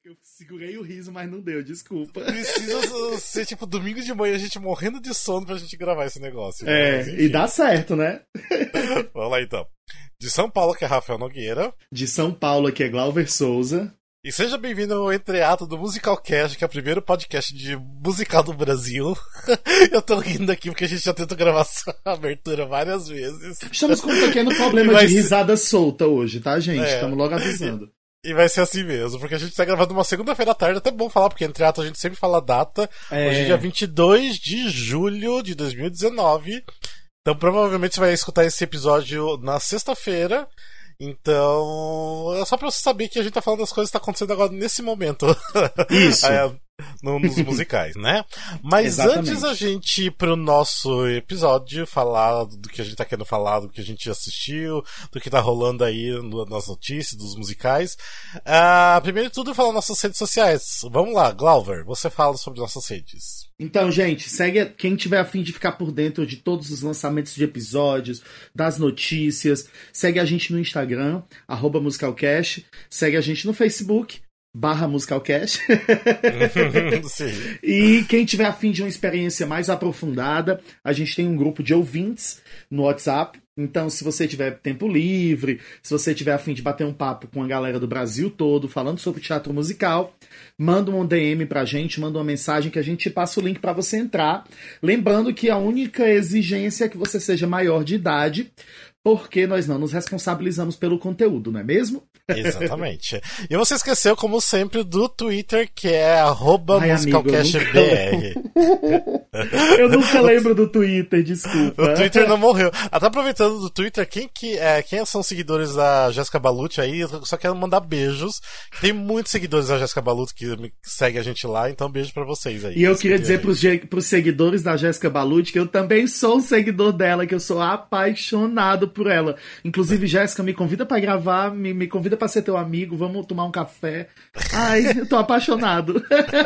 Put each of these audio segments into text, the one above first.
Eu segurei o riso, mas não deu, desculpa. Precisa ser tipo domingo de manhã, a gente morrendo de sono pra gente gravar esse negócio. É, né? E dá certo, né? Vamos lá então. De São Paulo, que é Rafael Nogueira. De São Paulo, que é Glauber Souza. E seja bem-vindo ao Entreato do Musicalcast, que é o primeiro podcast de musical do Brasil. Eu tô rindo aqui porque a gente já tentou gravar essa abertura várias vezes. Estamos com um pequeno problema de risada solta hoje, tá, gente? Estamos logo avisando. E vai ser assim mesmo, porque a gente tá gravando uma segunda-feira à tarde, até bom falar, porque Entreato a gente sempre fala a data. Hoje é dia 22 de julho de 2019. Então provavelmente você vai escutar esse episódio na sexta-feira. Então, é só pra você saber que a gente tá falando das coisas que tá acontecendo agora nesse momento. Isso. Nos musicais, né? Mas Exatamente. Antes a gente ir pro nosso episódio, falar do que a gente tá querendo falar, do que a gente assistiu, do que tá rolando aí nas notícias dos musicais. Primeiro de tudo, falar nossas redes sociais. Vamos lá, Glauber, você fala sobre nossas redes. Então, gente, segue quem tiver a fim de ficar por dentro de todos os lançamentos de episódios, das notícias. Segue a gente no Instagram, @musicalcast. Segue a gente no Facebook, /musicalcast. Sim. E quem tiver a fim de uma experiência mais aprofundada, a gente tem um grupo de ouvintes no WhatsApp. Então, se você tiver tempo livre, se você tiver a fim de bater um papo com a galera do Brasil todo, falando sobre teatro musical, manda um DM pra gente, manda uma mensagem que a gente passa o link pra você entrar. Lembrando que a única exigência é que você seja maior de idade, porque nós não nos responsabilizamos pelo conteúdo, não é mesmo? Exatamente. E você esqueceu, como sempre, do Twitter, que é @musicalcastbr. Eu nunca lembro do Twitter, desculpa. O Twitter não morreu. Até aproveitando do Twitter, quem são seguidores da Jéssica Balucci aí? Eu só quero mandar beijos. Tem muitos seguidores da Jéssica Balucci que seguem a gente lá, então beijo pra vocês aí. E eu queria dizer pros seguidores da Jéssica Balucci que eu também sou um seguidor dela, que eu sou apaixonado por ela. Inclusive, Jéssica, me convida pra gravar, me convida pra ser teu amigo, vamos tomar um café. Ai, eu tô apaixonado.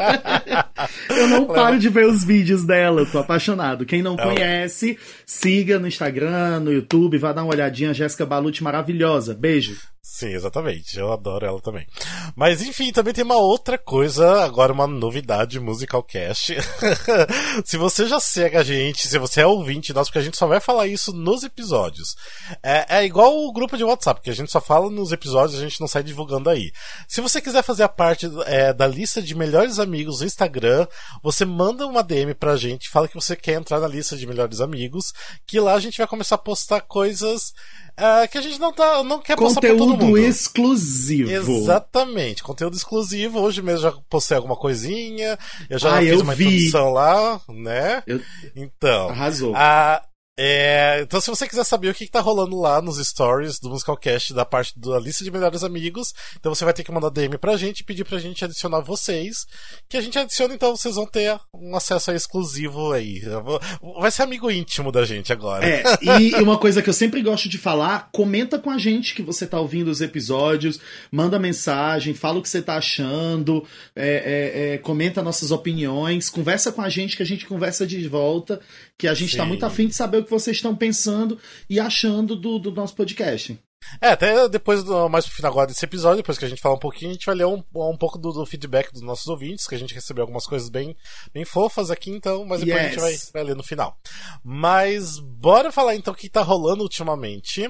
Eu não paro de ver os vídeos dela, eu tô apaixonado. Quem não conhece, siga no Instagram, no YouTube, vá dar uma olhadinha, Jéssica Balucci maravilhosa. Beijo. Sim, exatamente. Eu adoro ela também. Mas enfim, também tem uma outra coisa, agora uma novidade Musicalcast. Se você já segue a gente, se você é ouvinte nosso, porque a gente só vai falar isso nos episódios. É igual o grupo de WhatsApp, que a gente só fala nos episódios, a gente não sai divulgando aí. Se você quiser fazer a parte da lista de melhores amigos no Instagram, você manda uma DM pra gente, fala que você quer entrar na lista de melhores amigos, que lá a gente vai começar a postar coisas que a gente não quer postar pra todo mundo. Conteúdo exclusivo. Exatamente, conteúdo exclusivo. Hoje mesmo já postei alguma coisinha, eu já fiz uma introdução lá, né? Então, arrasou. Então, se você quiser saber o que tá rolando lá nos stories do Musicalcast, da parte da lista de melhores amigos, então você vai ter que mandar DM pra gente e pedir pra gente adicionar vocês, que a gente adiciona, então vocês vão ter um acesso exclusivo aí. Vai ser amigo íntimo da gente agora. E uma coisa que eu sempre gosto de falar, comenta com a gente que você tá ouvindo os episódios, manda mensagem, fala o que você tá achando, comenta nossas opiniões, conversa com a gente que a gente conversa de volta, que a gente tá muito afim de saber o que vocês estão pensando e achando do nosso podcast. Até depois, mais pro final agora desse episódio, depois que a gente falar um pouquinho, a gente vai ler um pouco do feedback dos nossos ouvintes, que a gente recebeu algumas coisas bem fofas aqui, então, mas depois a gente vai ler no final. Mas bora falar então o que tá rolando ultimamente.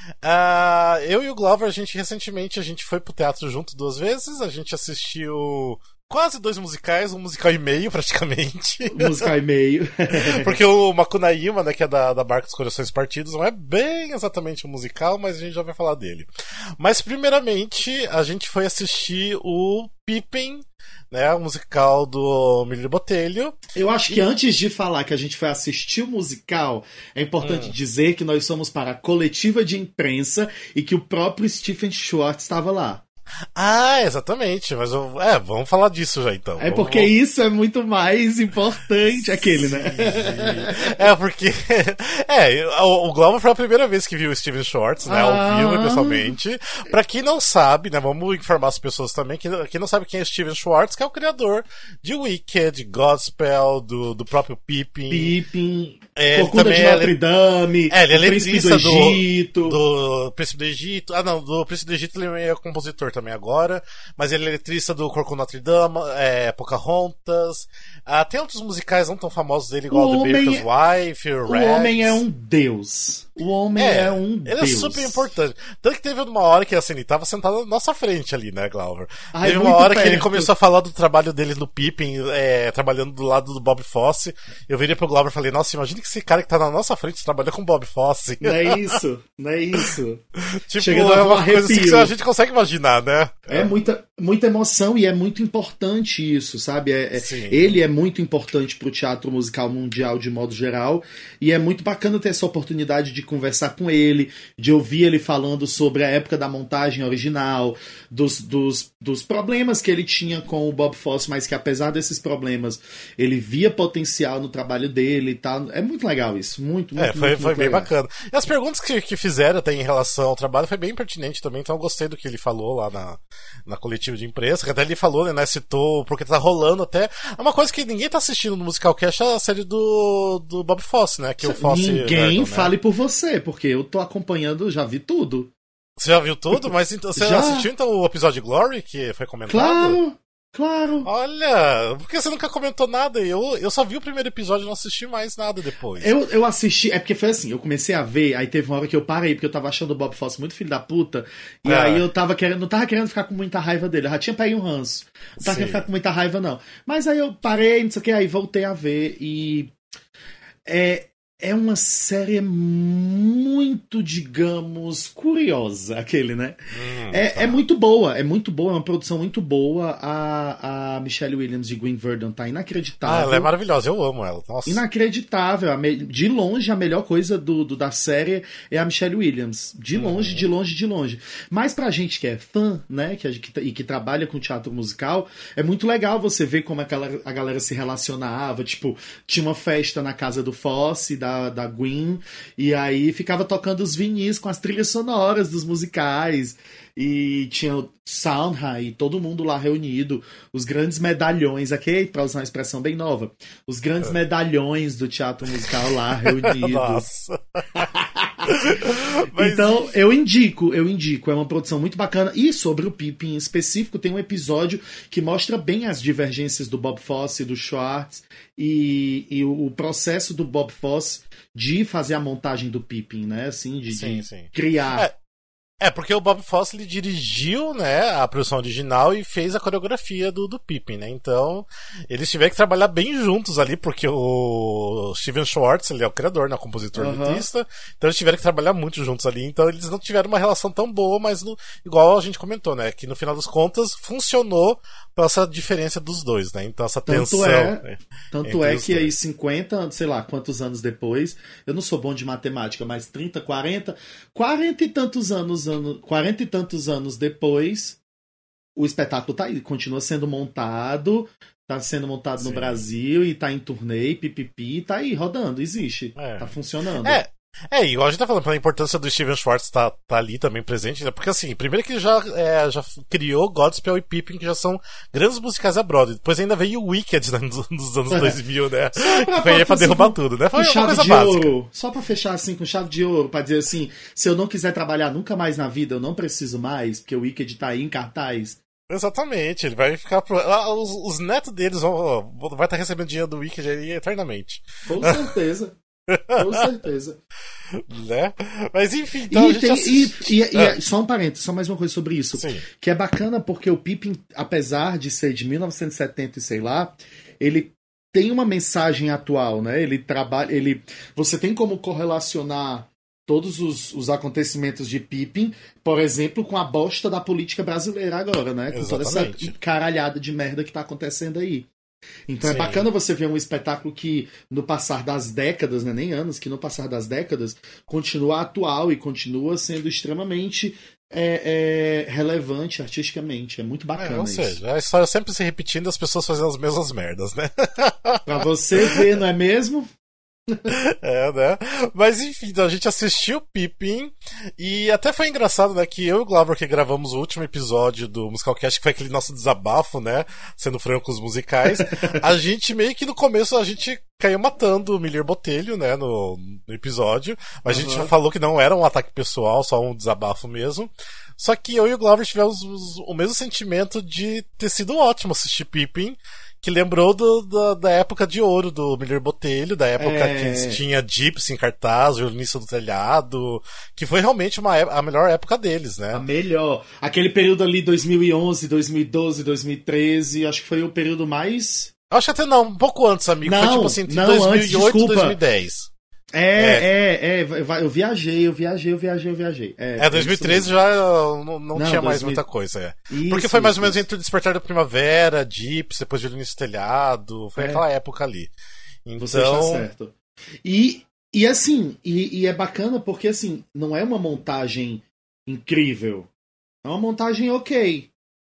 Eu e o Glauber, recentemente a gente foi pro teatro junto 2 vezes, a gente assistiu quase 2 musicais, um musical e meio, praticamente. Um musical e meio. Porque o Macunaíma, né, que é da Barca dos Corações Partidos, não é bem exatamente um musical, mas a gente já vai falar dele. Mas, primeiramente, a gente foi assistir o Pippin, né, o musical do Emílio Botelho. Eu acho que antes de falar que a gente foi assistir o musical, é importante dizer que nós somos para a coletiva de imprensa e que o próprio Stephen Schwartz estava lá. Exatamente, mas vamos falar disso já então. Porque isso é muito mais importante, aquele, né? Porque o Glauber foi a primeira vez que viu o Stephen Schwartz, né, ao vivo, pessoalmente. Pra quem não sabe, né, vamos informar as pessoas também, quem não sabe quem é Stephen Schwartz, que é o criador de Wicked, Godspell, do próprio Pippin. Corcunda de Notre Dame, ele é Príncipe do Egito. Do Príncipe do Egito. Do Príncipe do Egito ele é compositor também. também agora, mas ele é letrista do Corcunda Notre Dame, Pocahontas. Tem outros musicais não tão famosos dele, igual The Baker's Wife, o Rags. homem é um deus. O homem é um Ele deus. é super importante. Tanto que teve uma hora que assim, ele tava sentado na nossa frente ali, né, Glauber? Ai, teve uma hora que ele começou a falar do trabalho dele no Pippin, trabalhando do lado do Bob Fosse. Eu virei pro Glauber e falei, nossa, imagina que esse cara que tá na nossa frente trabalha com o Bob Fosse. Não é isso, não é isso. Tipo, Chega é uma coisa assim que a gente consegue imaginar, né? É muita emoção e é muito importante isso, sabe? Ele é muito importante pro teatro musical mundial de modo geral e é muito bacana ter essa oportunidade de conversar com ele, de ouvir ele falando sobre a época da montagem original, dos problemas que ele tinha com o Bob Fosse, mas que apesar desses problemas ele via potencial no trabalho dele e tal. É muito legal isso, muito foi bem legal. bacana. E as perguntas que fizeram até em relação ao trabalho foi bem pertinente também, então eu gostei do que ele falou lá na coletiva de imprensa, que até ele falou, né, citou, porque tá rolando até, é uma coisa que ninguém tá assistindo no Musical Cast, a série do Bob Fosse, né, que o Fosse... Ninguém Verdon, fale por você, porque eu tô acompanhando, já vi tudo. Você já viu tudo? Mas então, você assistiu então o episódio de Glory, que foi comentado? Claro. Olha, por que você nunca comentou nada? Eu só vi o primeiro episódio e não assisti mais nada depois. Eu assisti, porque foi assim, eu comecei a ver, aí teve uma hora que eu parei, porque eu tava achando o Bob Fosse muito filho da puta, e aí eu não tava querendo ficar com muita raiva dele, eu já tinha pego um ranço, não tava querendo ficar com muita raiva não. Mas aí eu parei, não sei o que, aí voltei a ver, e é uma série muito, digamos, curiosa, aquele, né? É muito boa, é uma produção muito boa. A Michelle Williams de Gwen Verdon tá inacreditável. Ela é maravilhosa, eu amo ela. Nossa. Inacreditável. De longe, a melhor coisa da série é a Michelle Williams. De longe, de longe, de longe. Mas pra gente que é fã, né, que trabalha com teatro musical, é muito legal você ver como a galera se relacionava. Tipo, tinha uma festa na casa do Fosse, da Gwen, e aí ficava tocando os vinis com as trilhas sonoras dos musicais, e tinha o Sondheim e todo mundo lá reunido, os grandes medalhões, aqui, para usar uma expressão bem nova, os grandes medalhões do teatro musical lá reunidos. Nossa. Então, eu indico, é uma produção muito bacana. E sobre o Pippin em específico, tem um episódio que mostra bem as divergências do Bob Fosse e do Schwartz e o processo do Bob Fosse de fazer a montagem do Pippin, né? Assim, de criar. Porque o Bob Fosse ele dirigiu, né, a produção original e fez a coreografia do Pippin, né? Então, eles tiveram que trabalhar bem juntos ali, porque o Steven Schwartz, ele é o criador, né, o compositor letrista, então eles tiveram que trabalhar muito juntos ali, então eles não tiveram uma relação tão boa, mas igual a gente comentou, né, que no final das contas funcionou pela essa diferença dos dois, né? Então essa tensão. Tanto é que aí 50, sei lá, quantos anos depois, eu não sou bom de matemática, mas 30, 40 e tantos anos depois, o espetáculo tá aí, continua sendo montado, tá sendo montado no Brasil e tá em turnê, pipipi, tá aí rodando, existe, tá funcionando. Igual a gente tá falando, pela importância do Steven Schwartz tá ali também presente, né? Porque assim, primeiro que ele já criou Godspell e Pippin, que já são grandes musicais a Broadway. Depois ainda veio o Wicked, né, nos anos 2000, né? Foi aí pra derrubar tudo, né? Foi uma coisa básica. Ouro, só pra fechar assim com chave de ouro, pra dizer assim, se eu não quiser trabalhar nunca mais na vida, eu não preciso mais, porque o Wicked tá aí em cartaz. Exatamente, ele vai ficar os netos deles vai estar recebendo dinheiro do Wicked aí eternamente. Com certeza. Com certeza. Né? Mas enfim, então só um parênteses, só mais uma coisa sobre isso. Sim. Que é bacana porque o Pippin, apesar de ser de 1970 e sei lá, ele tem uma mensagem atual, né? Você tem como correlacionar todos os acontecimentos de Pippin, por exemplo, com a bosta da política brasileira agora, né? Com Exatamente. toda essa caralhada de merda que tá acontecendo aí. Então Sim. É bacana você ver um espetáculo que no passar das décadas, né, nem anos, que no passar das décadas continua atual e continua sendo extremamente relevante artisticamente. É muito bacana ou isso. Seja, a história sempre se repetindo, as pessoas fazendo as mesmas merdas, né? Pra você ver, não é mesmo? Né? Mas enfim, então a gente assistiu Pippin e até foi engraçado, né, que eu e o Glauber que gravamos o último episódio do Musicalcast, que foi aquele nosso desabafo, né, sendo francos musicais, a gente meio que no começo a gente caiu matando o Miller Botelho, né, no episódio, mas a gente falou que não era um ataque pessoal, só um desabafo mesmo. Só que eu e o Glauber tivemos o mesmo sentimento de ter sido ótimo assistir Pippin, que lembrou da época de ouro do Miller Botelho, da época que eles tinha Gypsy em cartaz, Violinista do Telhado, que foi realmente a melhor época deles, né? A melhor. Aquele período ali, 2011, 2012, 2013, acho que foi o período mais... Acho que até não, um pouco antes, amigo. Foi tipo assim, entre 2008 e 2010. Eu viajei. 2013 já não tinha mais muita coisa, Porque foi mais ou menos entre o Despertar da Primavera, Gypsy, depois de Violinista do Telhado, foi aquela época ali. Então... Você está certo. E assim, e é bacana porque assim, não é uma montagem incrível. É uma montagem ok,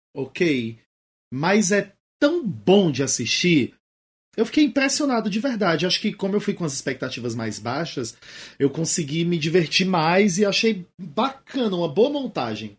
mas é tão bom de assistir. Eu fiquei impressionado de verdade. Acho que como eu fui com as expectativas mais baixas, eu consegui me divertir mais e achei bacana, uma boa montagem.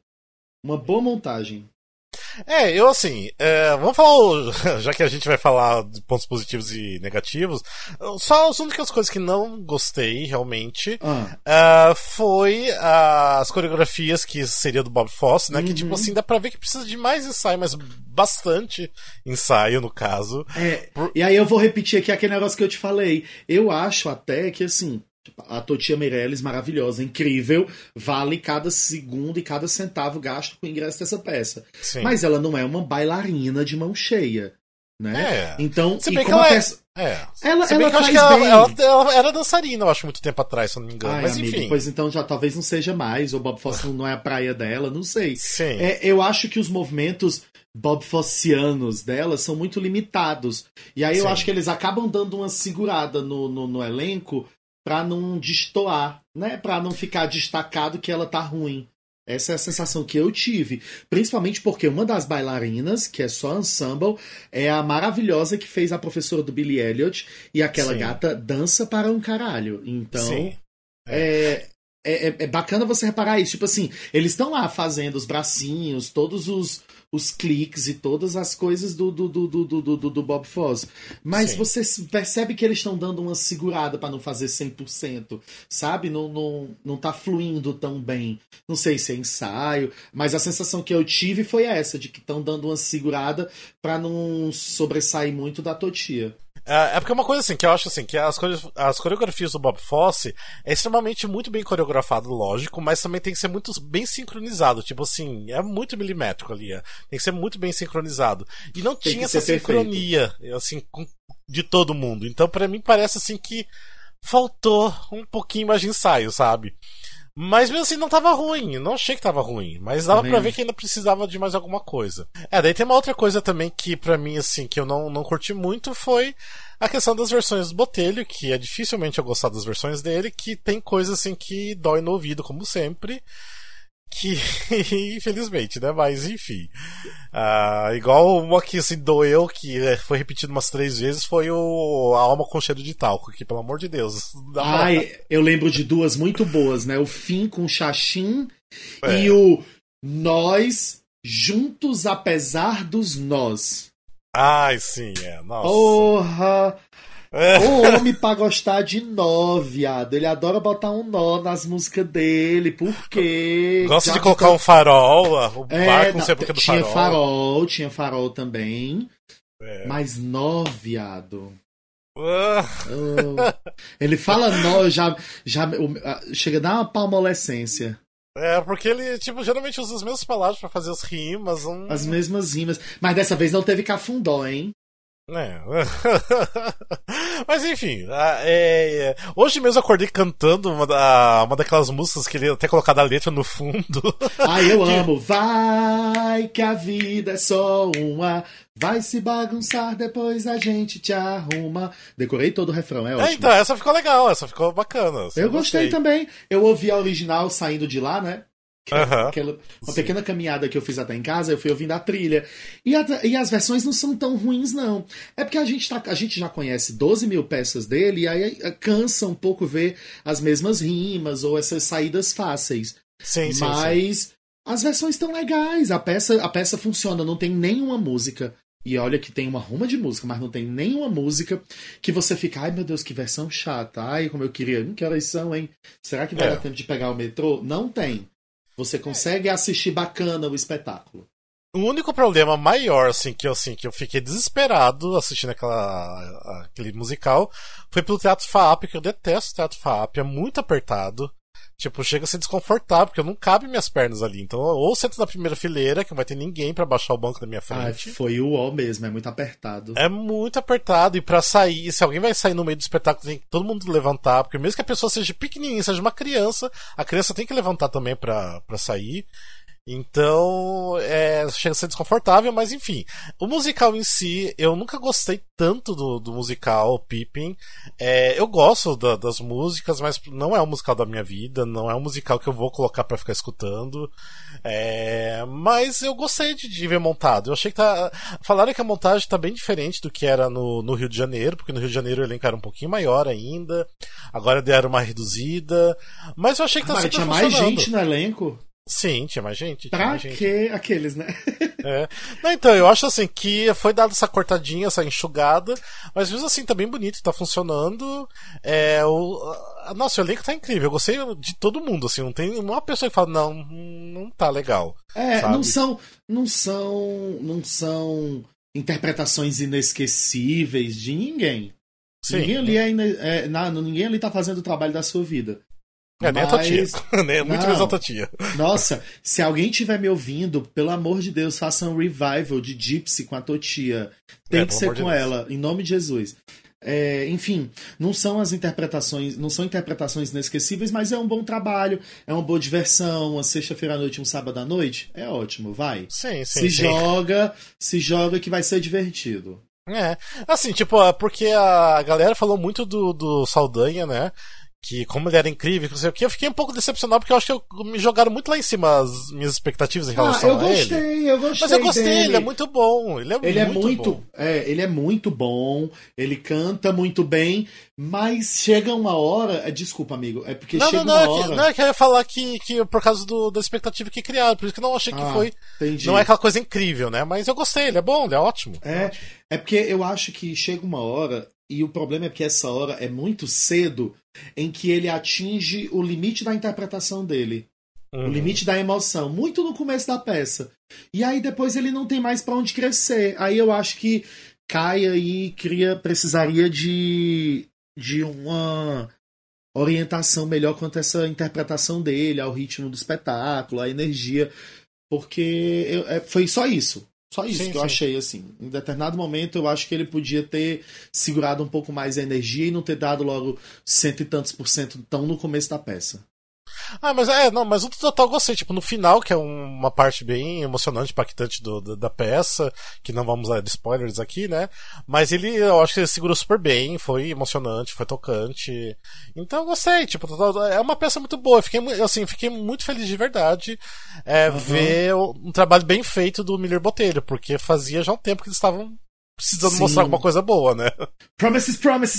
Eu assim, vamos falar, já que a gente vai falar de pontos positivos e negativos, só as únicas coisas que não gostei realmente foi as coreografias que seria do Bob Fosse, né, que tipo assim, dá pra ver que precisa de mais ensaio, mas bastante ensaio no caso. E aí eu vou repetir aqui aquele negócio que eu te falei. Eu acho até que assim, a Totia Meirelles, maravilhosa, incrível, vale cada segundo e cada centavo gasto com o ingresso dessa peça. Sim. Mas ela não é uma bailarina de mão cheia, né? Então, se bem que ela ela faz bem. Ela era dançarina, eu acho, muito tempo atrás, se eu não me engano. Mas amigo, enfim. Pois então já talvez não seja mais, ou Bob Fosse não é a praia dela, não sei. Sim. Eu acho que os movimentos Bob Fossianos dela são muito limitados. E aí eu acho que eles acabam dando uma segurada no elenco pra não destoar, né? Pra não ficar destacado que ela tá ruim. Essa é a sensação que eu tive. Principalmente porque uma das bailarinas, que é só ensemble, é a maravilhosa que fez a professora do Billy Elliot. E aquela gata dança para um caralho. Então, é bacana você reparar isso. Tipo assim, eles estão lá fazendo os bracinhos, todos os cliques e todas as coisas do Bob Fosse. Mas você percebe que eles estão dando uma segurada para não fazer 100%, sabe? Não tá fluindo tão bem. Não sei se é ensaio, mas a sensação que eu tive foi essa, de que estão dando uma segurada para não sobressair muito da Totia. É porque uma coisa assim, que eu acho assim, que as coreografias do Bob Fosse é extremamente muito bem coreografado, lógico, mas também tem que ser muito bem sincronizado. Tipo assim, é muito milimétrico ali. Tem que ser muito bem sincronizado. E não tinha essa sincronia, assim, de todo mundo. Então, pra mim, parece assim que faltou um pouquinho mais de ensaio, sabe? Mas mesmo assim não tava ruim, não achei que tava ruim, mas dava pra ver que ainda precisava de mais alguma coisa. Daí tem uma outra coisa também que pra mim, assim, que eu não curti muito foi a questão das versões do Botelho, que é dificilmente eu gostar das versões dele, que tem coisa assim que dói no ouvido, como sempre. Que, infelizmente, né? Mas enfim. Igual uma que assim, doeu, que foi repetido umas 3 vezes, foi a Alma com Cheiro de Talco, que pelo amor de Deus. Eu lembro de 2 muito boas, né? O Fim com Xaxim e o Nós Juntos Apesar dos Nós. Ai, sim, nossa. Porra! O homem pra gostar de nó, viado. Ele adora botar um nó nas músicas dele. Por quê? Gosta de colocar um farol, o barco, não sei porque do farol. Tinha farol também. Mas nó, viado. Ele fala nó, já chega a dar uma palmolescência. Porque ele, tipo, geralmente usa as mesmas palavras pra fazer as rimas. As mesmas rimas. Mas dessa vez não teve cafundó, hein? Mas enfim, hoje mesmo eu acordei cantando uma daquelas músicas que ele até colocado a letra no fundo. Eu amo. Vai que a vida é só uma, vai se bagunçar, depois a gente te arruma. Decorei todo o refrão, é ótimo. Então, essa ficou legal, essa ficou bacana. Eu gostei também. Eu ouvi a original saindo de lá, né? Uma pequena caminhada que eu fiz até em casa, eu fui ouvindo a trilha. E as versões não são tão ruins, não. É porque a gente já conhece 12 mil peças dele, e aí cansa um pouco ver as mesmas rimas ou essas saídas fáceis. Sim. Mas as versões estão legais, a peça funciona, não tem nenhuma música. E olha que tem uma ruma de música, mas não tem nenhuma música que você fica, ai meu Deus, que versão chata, ai como eu queria, que horas são, hein? Será que vai dar tempo de pegar o metrô? Não tem. Você consegue assistir bacana o espetáculo. O único problema maior, que eu fiquei desesperado assistindo aquele musical, foi pelo Teatro FAAP, que eu detesto o Teatro FAAP, é muito apertado. Tipo, chega a ser desconfortável, porque eu não cabe minhas pernas ali. Então, ou sento na primeira fileira, que não vai ter ninguém pra baixar o banco da minha frente. Foi o ó mesmo, é muito apertado. É muito apertado, e pra sair, se alguém vai sair no meio do espetáculo, tem que todo mundo levantar, porque mesmo que a pessoa seja pequenininha, seja uma criança, a criança tem que levantar também pra sair. Então, chega a ser desconfortável, mas enfim. O musical em si, eu nunca gostei tanto do musical Pippin. Eu gosto das músicas, mas não é um musical da minha vida, não é um musical que eu vou colocar pra ficar escutando. Mas eu gostei de ver montado. Eu achei que falaram que a montagem tá bem diferente do que era no Rio de Janeiro, porque no Rio de Janeiro o elenco era um pouquinho maior ainda. Agora deram uma reduzida. Mas eu achei que tá super tinha funcionando. Mais gente no elenco? Sim, tinha mais gente. Pra que aqueles, né? Não, então, eu acho assim que foi dada essa cortadinha, essa enxugada, mas mesmo assim tá bem bonito, tá funcionando. Nossa, o elenco tá incrível. Eu gostei de todo mundo, assim, não tem uma pessoa que fala, não tá legal. Não são interpretações inesquecíveis de ninguém. Sim. Ninguém ali tá fazendo o trabalho da sua vida. Nem a tua tia. Muito menos a tua tia. Nossa, se alguém estiver me ouvindo, pelo amor de Deus, faça um revival de Gypsy com a tua tia. Tem que ser com ela, em nome de Jesus. Enfim, não são interpretações inesquecíveis, mas é um bom trabalho, é uma boa diversão, uma sexta-feira à noite, um sábado à noite, é ótimo, vai. Sim. Se joga que vai ser divertido. Assim, tipo, porque a galera falou muito do Saldanha, né? Que como ele era incrível, não sei o que, eu fiquei um pouco decepcionado porque eu acho que me jogaram muito lá em cima as minhas expectativas em relação a ele. Eu gostei. Mas eu gostei, dele. Ele é muito bom. Ele é muito bom. Ele é muito bom, ele canta muito bem, mas chega uma hora. Desculpa, amigo, é porque chega uma hora. Não, é que eu ia falar que por causa da expectativa que criaram, por isso que eu não achei que foi. Entendi. Não é aquela coisa incrível, né? Mas eu gostei, ele é bom, ele é ótimo. É porque eu acho que chega uma hora. E o problema é que essa hora é muito cedo em que ele atinge o limite da interpretação dele. O limite da emoção. Muito no começo da peça. E aí depois ele não tem mais pra onde crescer. Aí eu acho que cai aí, precisaria de uma orientação melhor quanto a essa interpretação dele, ao ritmo do espetáculo, à energia. Porque foi só isso. Só isso que eu achei, assim. Em determinado momento, eu acho que ele podia ter segurado um pouco mais a energia e não ter dado logo 100 e tantos % tão no começo da peça. Mas o total eu gostei, tipo, no final, que é uma parte bem emocionante, impactante da peça, que não vamos dar spoilers aqui, né? Mas eu acho que ele segurou super bem, foi emocionante, foi tocante. Então eu gostei, tipo, é uma peça muito boa. Fiquei muito feliz de verdade ver um trabalho bem feito do Miller Botelho, porque fazia já um tempo que eles estavam precisando mostrar alguma coisa boa, né? Promises!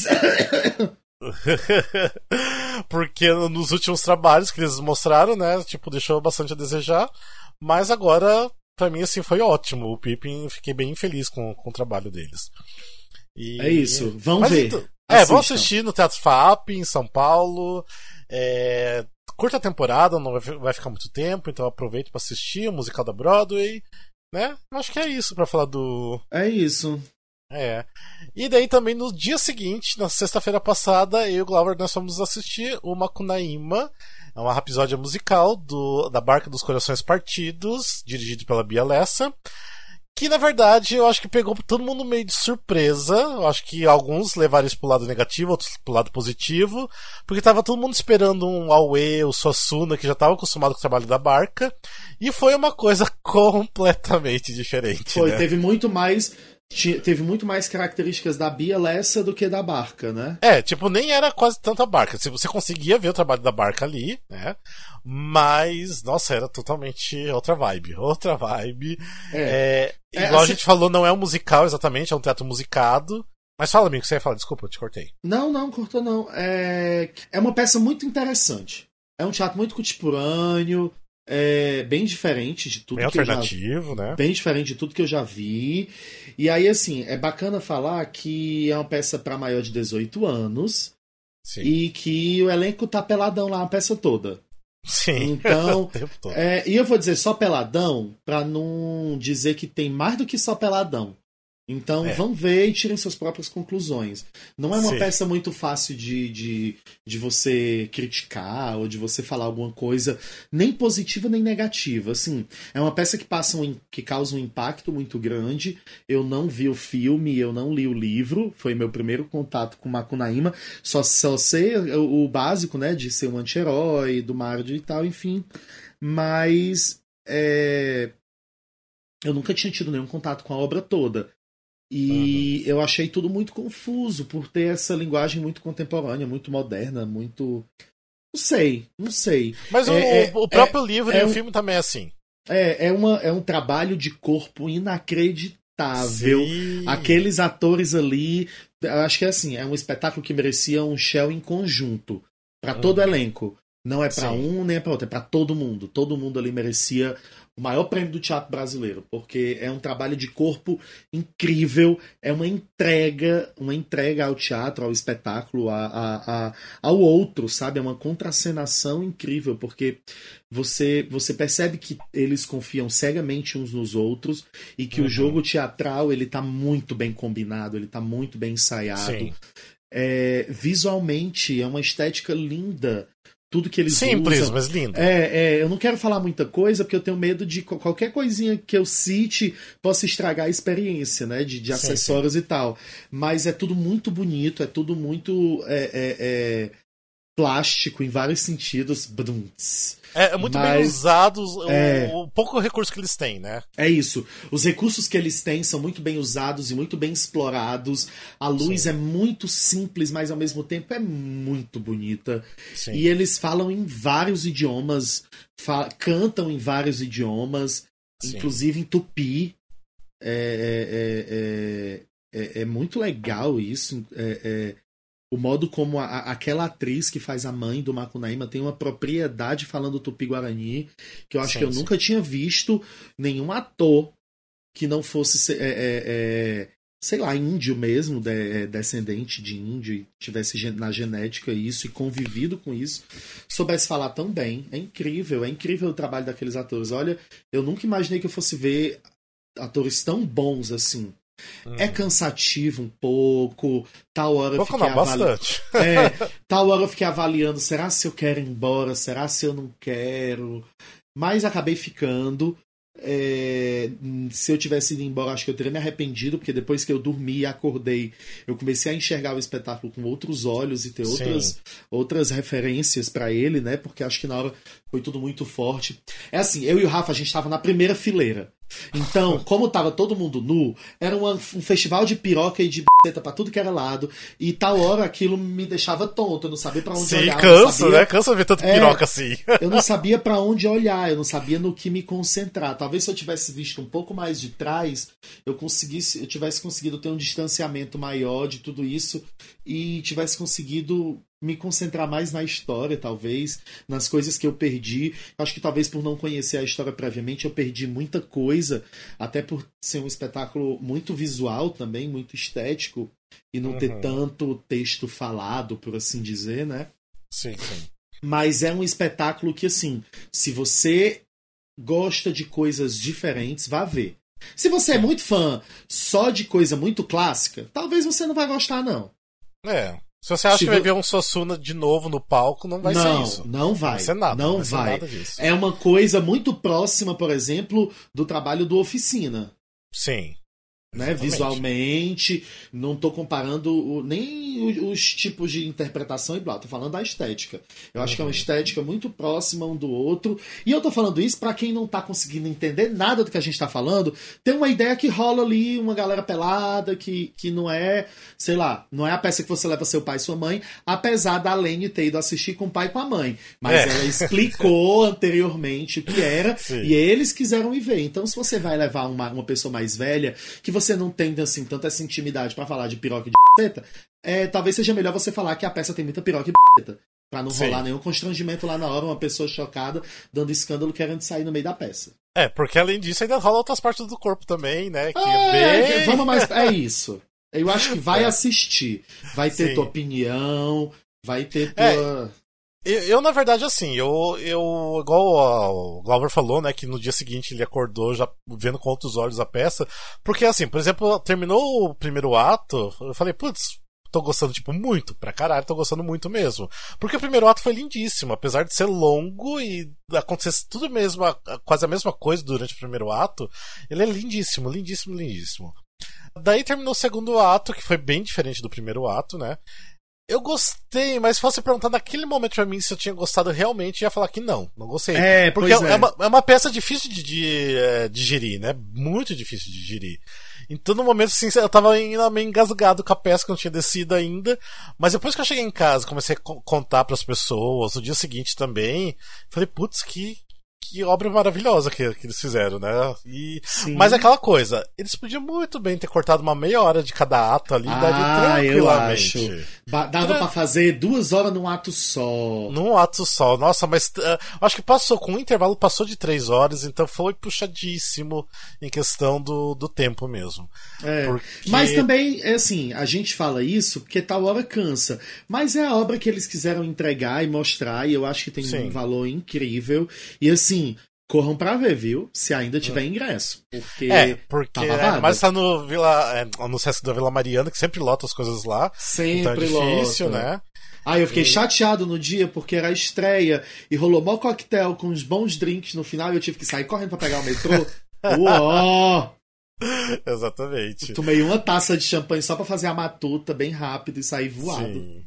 Porque nos últimos trabalhos que eles mostraram, né, tipo, deixou bastante a desejar, mas agora, pra mim, assim, foi ótimo. O Pippin, fiquei bem feliz com o trabalho deles. É isso, vamos ver. Vão assistir no Teatro FAAP, em São Paulo. Curta temporada, não vai ficar muito tempo, então aproveita pra assistir o musical da Broadway, né? Acho que é isso pra falar do... É isso. E daí também no dia seguinte, na sexta-feira passada, eu e o Glauber nós fomos assistir o Macunaíma, é uma episódio musical da Barca dos Corações Partidos, dirigido pela Bia Lessa, que na verdade eu acho que pegou todo mundo meio de surpresa. Eu acho que alguns levaram isso pro lado negativo, outros pro lado positivo, porque tava todo mundo esperando um Aue, o Suassuna, que já tava acostumado com o trabalho da Barca, e foi uma coisa completamente diferente. Teve muito mais teve muito mais características da Bia Lessa do que da Barca, né? Tipo, nem era quase tanta Barca. Se você conseguia ver o trabalho da Barca ali, né? Mas, nossa, era totalmente outra vibe. Outra vibe. Igual a gente falou, não é um musical exatamente, é um teatro musicado. Mas fala, amigo, o que você ia falar? Desculpa, eu te cortei. Não, cortou não. É uma peça muito interessante. É um teatro muito contemporâneo, bem diferente de tudo bem que alternativo, né? Bem diferente de tudo que eu já vi. E aí, assim, é bacana falar que é uma peça para maior de 18 anos. Sim. E que o elenco tá peladão lá a peça toda. Sim. Então, o tempo todo. E eu vou dizer só peladão pra não dizer que tem mais do que só peladão. Então vão ver e tirem suas próprias conclusões. Não é uma peça muito fácil de você criticar ou de você falar alguma coisa nem positiva nem negativa. Assim, é uma peça que causa um impacto muito grande. Eu não vi o filme, eu não li o livro. Foi meu primeiro contato com Macunaíma. Só sei o básico, né? De ser um anti-herói, do Mardi e tal, enfim. Mas eu nunca tinha tido nenhum contato com a obra toda. E eu achei tudo muito confuso por ter essa linguagem muito contemporânea, muito moderna, muito... Não sei. Mas o próprio livro e o filme também é assim. É um trabalho de corpo inacreditável. Sim. Aqueles atores ali... Eu acho que é um espetáculo que merecia um Shell em conjunto. Para todo o elenco. Não é para um nem é para outro, é para todo mundo. Todo mundo ali merecia o maior prêmio do teatro brasileiro, porque é um trabalho de corpo incrível, é uma entrega ao teatro, ao espetáculo, ao outro, sabe? É uma contracenação incrível, porque você percebe que eles confiam cegamente uns nos outros e que o jogo teatral ele tá muito bem combinado, ele tá muito bem ensaiado. Visualmente é uma estética linda. Tudo que eles simples, usam. mas lindo. Eu não quero falar muita coisa, porque eu tenho medo de qualquer coisinha que eu cite possa estragar a experiência, né? De acessórios e tal. Mas é tudo muito bonito, é tudo muito plástico em vários sentidos. É muito bem usado o pouco recurso que eles têm, né? É isso. Os recursos que eles têm são muito bem usados e muito bem explorados. A luz é muito simples, mas ao mesmo tempo é muito bonita. Sim. E eles falam em vários idiomas, cantam em vários idiomas, inclusive em tupi. É muito legal isso. O modo como aquela atriz que faz a mãe do Macunaíma tem uma propriedade falando tupi-guarani que eu acho que eu nunca tinha visto nenhum ator que não fosse sei lá, índio mesmo, descendente de índio e tivesse na genética isso e convivido com isso, soubesse falar tão bem. É incrível o trabalho daqueles atores. Olha, eu nunca imaginei que eu fosse ver atores tão bons assim. É cansativo um pouco. Tal hora eu fiquei avaliando, será se eu quero ir embora, será se eu não quero, mas acabei ficando. Se eu tivesse ido embora, acho que eu teria me arrependido, porque depois que eu dormi e acordei, eu comecei a enxergar o espetáculo com outros olhos e ter outras referências pra ele, né? Porque acho que na hora foi tudo muito forte. É assim, eu e o Rafa, a gente tava na primeira fileira. Então, como tava todo mundo nu, era um festival de piroca e de b****ta pra tudo que era lado. E tal hora aquilo me deixava tonto, eu não sabia pra onde olhar. Cansa, né? Cansa ver tanto piroca assim. Eu não sabia pra onde olhar, eu não sabia no que me concentrar. Talvez se eu tivesse visto um pouco mais de trás, eu tivesse conseguido ter um distanciamento maior de tudo isso e tivesse conseguido me concentrar mais na história, talvez, nas coisas que eu perdi. Acho que talvez por não conhecer a história previamente eu perdi muita coisa, até por ser um espetáculo muito visual também, muito estético, e não ter tanto texto falado, por assim dizer, né? Sim. Mas é um espetáculo que, assim, se você gosta de coisas diferentes, vá ver. Se você é muito fã só de coisa muito clássica, talvez você não vai gostar, não. Se você acha que vai ver um Suassuna de novo no palco, não vai ser isso. Não vai. Não vai ser nada. Não vai. Nada disso. É uma coisa muito próxima, por exemplo, do trabalho do Oficina. Sim. né, Exatamente. visualmente, não tô comparando nem os tipos de interpretação e blá, tô falando da estética. Eu acho que é uma estética muito próxima um do outro, e eu tô falando isso pra quem não tá conseguindo entender nada do que a gente tá falando, tem uma ideia que rola ali, uma galera pelada, que não é, sei lá, não é a peça que você leva seu pai e sua mãe, apesar da Lene ter ido assistir com o pai e com a mãe, mas ela explicou anteriormente o que era, Sim. e eles quiseram ir ver. Então, se você vai levar uma pessoa mais velha, que você não tem assim, tanta essa intimidade pra falar de piroca e de buceta, talvez seja melhor você falar que a peça tem muita piroca e buceta, pra não rolar nenhum constrangimento lá na hora, uma pessoa chocada, dando escândalo, querendo sair no meio da peça. Porque além disso ainda rola outras partes do corpo também, né? Que é bem... Vamos mais... É isso. Eu acho que vai assistir. Vai ter tua opinião, vai ter tua... Eu, na verdade, assim, eu igual o Glauber falou, né, que no dia seguinte ele acordou já vendo com outros olhos a peça, porque, assim, por exemplo, terminou o primeiro ato, eu falei, putz, tô gostando, tipo, muito, pra caralho, tô gostando muito mesmo. Porque o primeiro ato foi lindíssimo, apesar de ser longo e acontecer tudo mesmo, quase a mesma coisa durante o primeiro ato, ele é lindíssimo, lindíssimo, lindíssimo. Daí terminou o segundo ato, que foi bem diferente do primeiro ato, né? Eu gostei, mas se fosse perguntar naquele momento pra mim se eu tinha gostado realmente, eu ia falar que não gostei. Porque é uma peça difícil de digerir, né? Muito difícil de digerir. Então no momento assim, eu tava ainda meio engasgado com a peça, que eu não tinha descido ainda. Mas depois que eu cheguei em casa, comecei a contar pras pessoas, no dia seguinte também, falei, putz, que obra maravilhosa que eles fizeram, né? Mas é aquela coisa, eles podiam muito bem ter cortado uma meia hora de cada ato ali, daria tranquilamente. Eu acho. Dava pra fazer 2 horas num ato só. Num ato só, nossa, mas acho que passou, com um intervalo passou de 3 horas, então foi puxadíssimo em questão do tempo mesmo. Porque... Mas também, assim, a gente fala isso porque tal hora cansa. Mas é a obra que eles quiseram entregar e mostrar, e eu acho que tem um valor incrível. E assim, corram pra ver, viu? Se ainda tiver ingresso. Porque mas tá no Sesc da Vila Mariana, que sempre lota as coisas lá. Sempre então é difícil, lota. né? Eu fiquei chateado no dia porque era a estreia e rolou mó coquetel com uns bons drinks no final e eu tive que sair correndo pra pegar o metrô. Uó! Exatamente. Tomei uma taça de champanhe só pra fazer a matuta bem rápido e sair voado. Sim,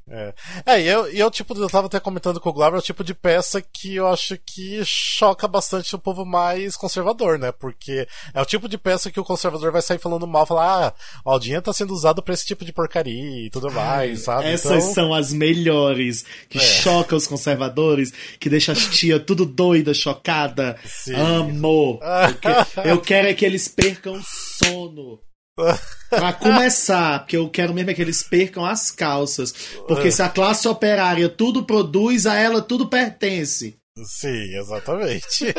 eu tava até comentando com o Glauber, é o tipo de peça que eu acho que choca bastante o povo mais conservador, né? Porque é o tipo de peça que o conservador vai sair falando mal, falar, ó, o dinheiro tá sendo usado pra esse tipo de porcaria e tudo mais, sabe? Essas são as melhores, que chocam os conservadores, que deixa as tia tudo doida, chocada. Sim. Amo! Eu quero é que eles percam sono. Pra começar, porque eu quero mesmo é que eles percam as calças. Porque se a classe operária tudo produz, a ela tudo pertence. Sim, exatamente.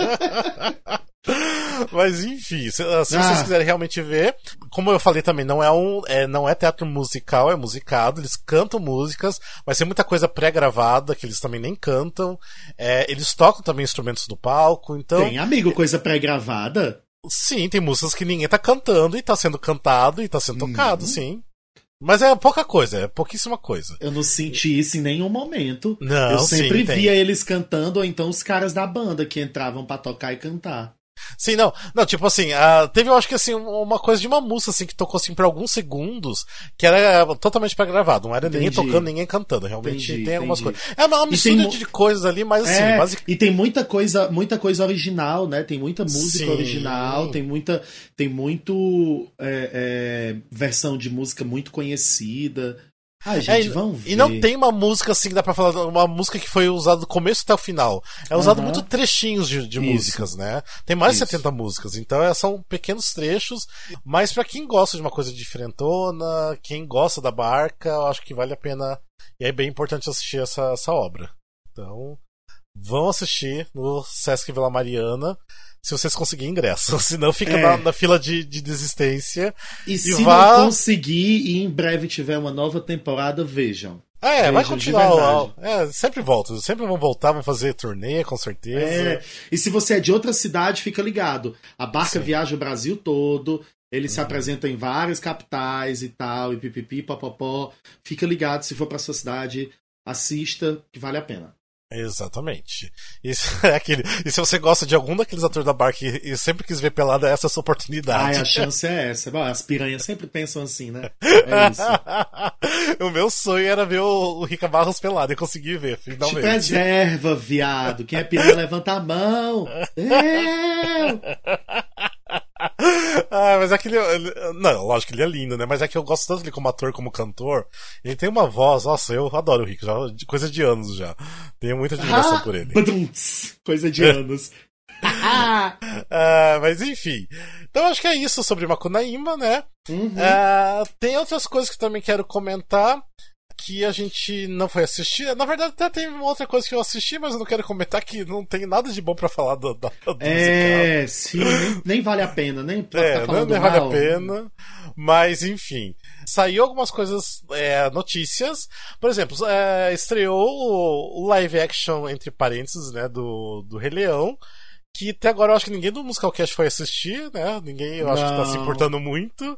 Mas enfim, se vocês quiserem realmente ver, como eu falei também, não é teatro musical, é musicado, eles cantam músicas, mas tem muita coisa pré-gravada que eles também nem cantam. Eles tocam também instrumentos no palco, então... Tem, amigo, coisa pré-gravada? Sim, tem músicas que ninguém tá cantando e tá sendo cantado e tá sendo tocado, sim. Mas é pouca coisa, é pouquíssima coisa. Eu não senti isso em nenhum momento. Não, eu sempre sim, via eles cantando, ou então os caras da banda que entravam pra tocar e cantar. Sim, não, tipo assim, teve, eu acho que assim, uma coisa de uma música assim que tocou assim por alguns segundos, que era totalmente pré-gravado, não era ninguém tocando, ninguém cantando, realmente tem algumas coisas. É uma mistura de coisas ali, mas assim, E tem muita coisa original, né? Tem muita música original, tem muito versão de música muito conhecida. Gente, vamos ver. E não tem uma música assim que dá pra falar, uma música que foi usada do começo até o final. É usado muito trechinhos de músicas, né? Tem mais de 70 músicas, então são pequenos trechos, mas pra quem gosta de uma coisa diferentona, quem gosta da barca, eu acho que vale a pena, e é bem importante assistir essa obra. Então, vão assistir no Sesc Vila Mariana, se vocês conseguirem ingresso, senão fica na fila de desistência. E se não conseguir e em breve tiver uma nova temporada, vejam. Vai continuar. Sempre voltam, sempre vão voltar, vão fazer turnê, com certeza. E se você é de outra cidade, fica ligado. A barca viaja o Brasil todo, eles se apresentam em várias capitais e tal, e pipipi, popopó. Fica ligado, se for pra sua cidade, assista, que vale a pena. Exatamente. E se você gosta de algum daqueles atores da Barca e sempre quis ver pelada, essa é a sua oportunidade. Ai, a chance é essa. Bom, as piranhas sempre pensam assim, né? É isso. O meu sonho era ver o Rica Barros pelado e conseguir ver, finalmente. Te preserva, viado. Quem é piranha, levanta a mão. Eu! Mas é que não, lógico que ele é lindo, né? Mas é que eu gosto tanto dele como ator, como cantor. Ele tem uma voz, nossa, eu adoro o Rico, já, coisa de anos já. Tenho muita admiração por ele. Coisa de anos. Mas enfim. Então acho que é isso sobre Macunaíma, né? Uhum. Tem outras coisas que também quero comentar que a gente não foi assistir. Na verdade, até tem uma outra coisa que eu assisti, mas eu não quero comentar, que não tem nada de bom pra falar do musical. Sim, nem vale a pena, nem pra ficar não falando vale a mal. pena. Mas, enfim. Saiu algumas coisas, notícias. Por exemplo, estreou o live action, entre parênteses, né, do Rei Leão. Que até agora eu acho que ninguém do Musicalcast foi assistir, né? Ninguém, eu acho que tá se importando muito.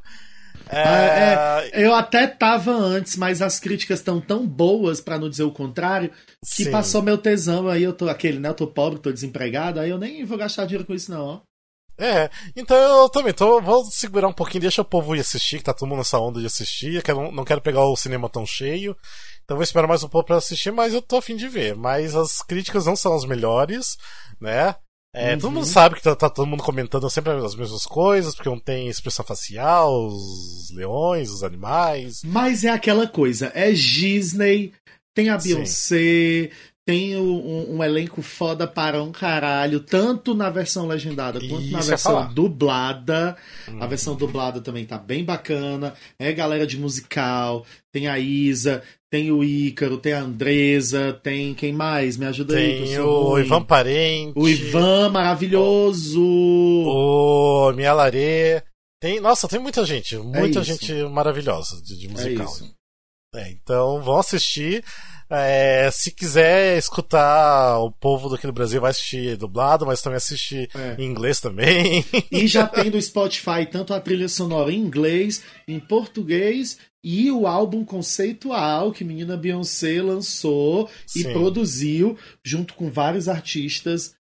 Eu até tava antes, mas as críticas estão tão boas, pra não dizer o contrário, que Sim. passou meu tesão. Aí eu tô eu tô pobre, tô desempregado, aí eu nem vou gastar dinheiro com isso, não, ó. Então eu também vou segurar um pouquinho, deixa o povo ir assistir, que tá todo mundo nessa onda de assistir, que eu não quero pegar o cinema tão cheio, então vou esperar mais um pouco pra assistir, mas eu tô a fim de ver. Mas as críticas não são as melhores, né? Todo mundo sabe que tá todo mundo comentando sempre as mesmas coisas, porque não tem expressão facial, os leões, os animais. Mas é aquela coisa, é Disney, tem a Beyoncé, tem um elenco foda para um caralho, tanto na versão legendada quanto na versão dublada. A versão dublada também tá bem bacana. É galera de musical, tem a Isa, tem o Ícaro, tem a Andresa, tem quem mais? Me ajuda aí. Tem o Ivan Parente. O Ivan, maravilhoso. O Mialaré. Tem muita gente. Muita gente maravilhosa de musical. Então vão assistir. Se quiser escutar o povo daquele Brasil, vai assistir dublado, mas também assistir em inglês também. E já tem do Spotify tanto a trilha sonora em inglês, em português, e o álbum conceitual que menina Beyoncé lançou e produziu junto com vários artistas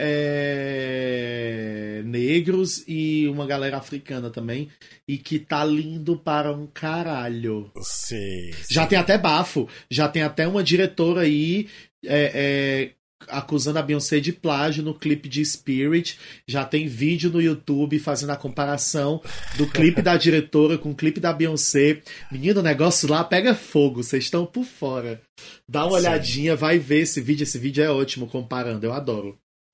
negros e uma galera africana também, e que tá lindo para um caralho. Já tem até bafo, já tem até uma diretora aí acusando a Beyoncé de plágio no clipe de Spirit. Já tem vídeo no YouTube fazendo a comparação do clipe da diretora com o clipe da Beyoncé. Menino, o negócio lá pega fogo, vocês estão por fora. Dá uma olhadinha, vai ver esse vídeo é ótimo comparando, eu adoro.